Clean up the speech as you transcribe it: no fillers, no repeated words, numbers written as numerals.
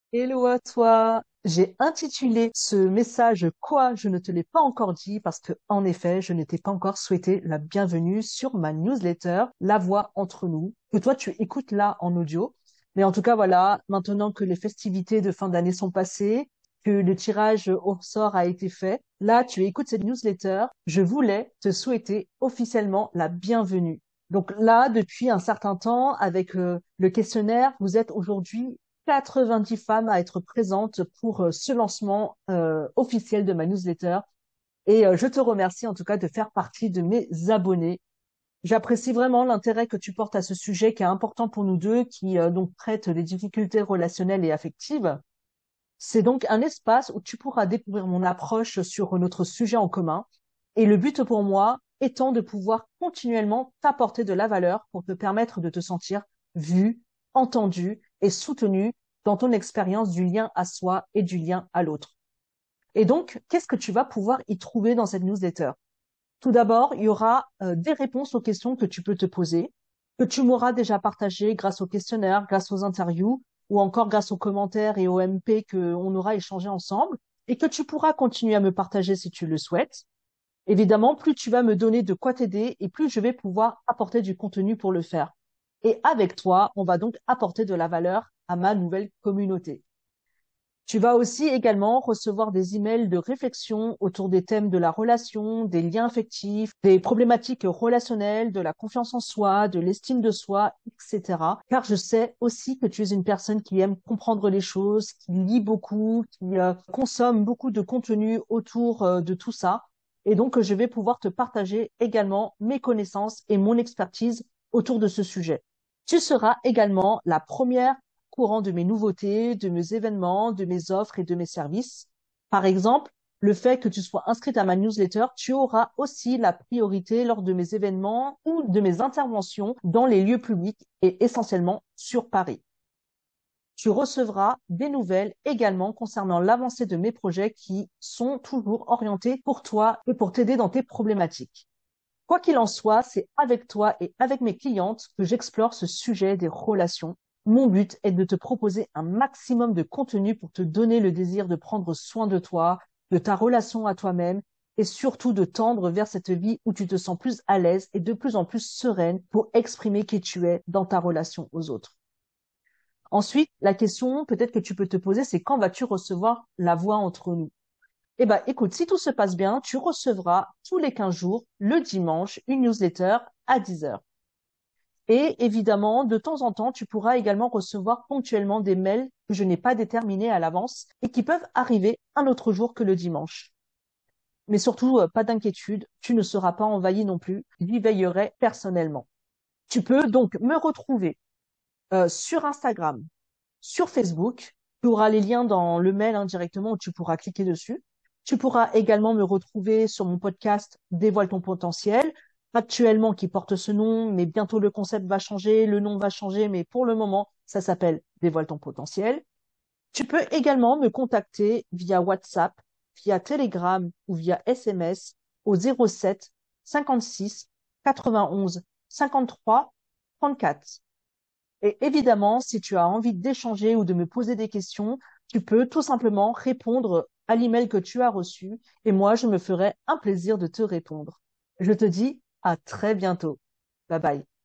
Hello à toi. J'ai intitulé ce message Quoi, je ne te l'ai pas encore dit parce que, en effet, je ne t'ai pas encore souhaité la bienvenue sur ma newsletter La Voix entre nous, que toi tu écoutes là en audio. Mais en tout cas, voilà, maintenant que les festivités de fin d'année sont passées, que le tirage au sort a été fait, là tu écoutes cette newsletter, je voulais te souhaiter officiellement la bienvenue. Donc là, depuis un certain temps, avec le questionnaire, vous êtes aujourd'hui 90 femmes à être présentes pour ce lancement officiel de ma newsletter. Et je te remercie en tout cas de faire partie de mes abonnés. J'apprécie vraiment l'intérêt que tu portes à ce sujet qui est important pour nous deux, qui donc traite les difficultés relationnelles et affectives. C'est donc un espace où tu pourras découvrir mon approche sur notre sujet en commun. Et le but pour moi étant de pouvoir continuellement t'apporter de la valeur pour te permettre de te sentir vu, entendu et soutenu dans ton expérience du lien à soi et du lien à l'autre. Et donc, qu'est-ce que tu vas pouvoir y trouver dans cette newsletter? Tout d'abord, il y aura des réponses aux questions que tu peux te poser, que tu m'auras déjà partagées grâce au questionnaire, grâce aux interviews, ou encore grâce aux commentaires et aux MP qu'on aura échangés ensemble, et que tu pourras continuer à me partager si tu le souhaites. Évidemment, plus tu vas me donner de quoi t'aider, et plus je vais pouvoir apporter du contenu pour le faire. Et avec toi, on va donc apporter de la valeur à ma nouvelle communauté. Tu vas aussi également recevoir des emails de réflexion autour des thèmes de la relation, des liens affectifs, des problématiques relationnelles, de la confiance en soi, de l'estime de soi, etc. Car je sais aussi que tu es une personne qui aime comprendre les choses, qui lit beaucoup, qui consomme beaucoup de contenu autour de tout ça. Et donc, je vais pouvoir te partager également mes connaissances et mon expertise autour de ce sujet. Tu seras également la première courant de mes nouveautés, de mes événements, de mes offres et de mes services. Par exemple, le fait que tu sois inscrite à ma newsletter, tu auras aussi la priorité lors de mes événements ou de mes interventions dans les lieux publics et essentiellement sur Paris. Tu recevras des nouvelles également concernant l'avancée de mes projets qui sont toujours orientés pour toi et pour t'aider dans tes problématiques. Quoi qu'il en soit, c'est avec toi et avec mes clientes que j'explore ce sujet des relations. Mon but est de te proposer un maximum de contenu pour te donner le désir de prendre soin de toi, de ta relation à toi-même et surtout de tendre vers cette vie où tu te sens plus à l'aise et de plus en plus sereine pour exprimer qui tu es dans ta relation aux autres. Ensuite, la question peut-être que tu peux te poser, c'est quand vas-tu recevoir la voix entre nous? Eh ben, écoute, si tout se passe bien, tu recevras tous les 15 jours, le dimanche, une newsletter à 10 heures. Et évidemment, de temps en temps, tu pourras également recevoir ponctuellement des mails que je n'ai pas déterminés à l'avance et qui peuvent arriver un autre jour que le dimanche. Mais surtout, pas d'inquiétude, tu ne seras pas envahi non plus, j'y veillerai personnellement. Tu peux donc me retrouver sur Instagram, sur Facebook. Tu auras les liens dans le mail indirectement où tu pourras cliquer dessus. Tu pourras également me retrouver sur mon podcast Dévoile ton potentiel, actuellement qui porte ce nom, mais bientôt le concept va changer, le nom va changer, mais pour le moment, ça s'appelle Dévoile ton potentiel. Tu peux également me contacter via WhatsApp, via Telegram ou via SMS au 07 56 91 53 34. Et évidemment, si tu as envie d'échanger ou de me poser des questions, tu peux tout simplement répondre à l'email que tu as reçu et moi, je me ferai un plaisir de te répondre. Je te dis à très bientôt. Bye bye.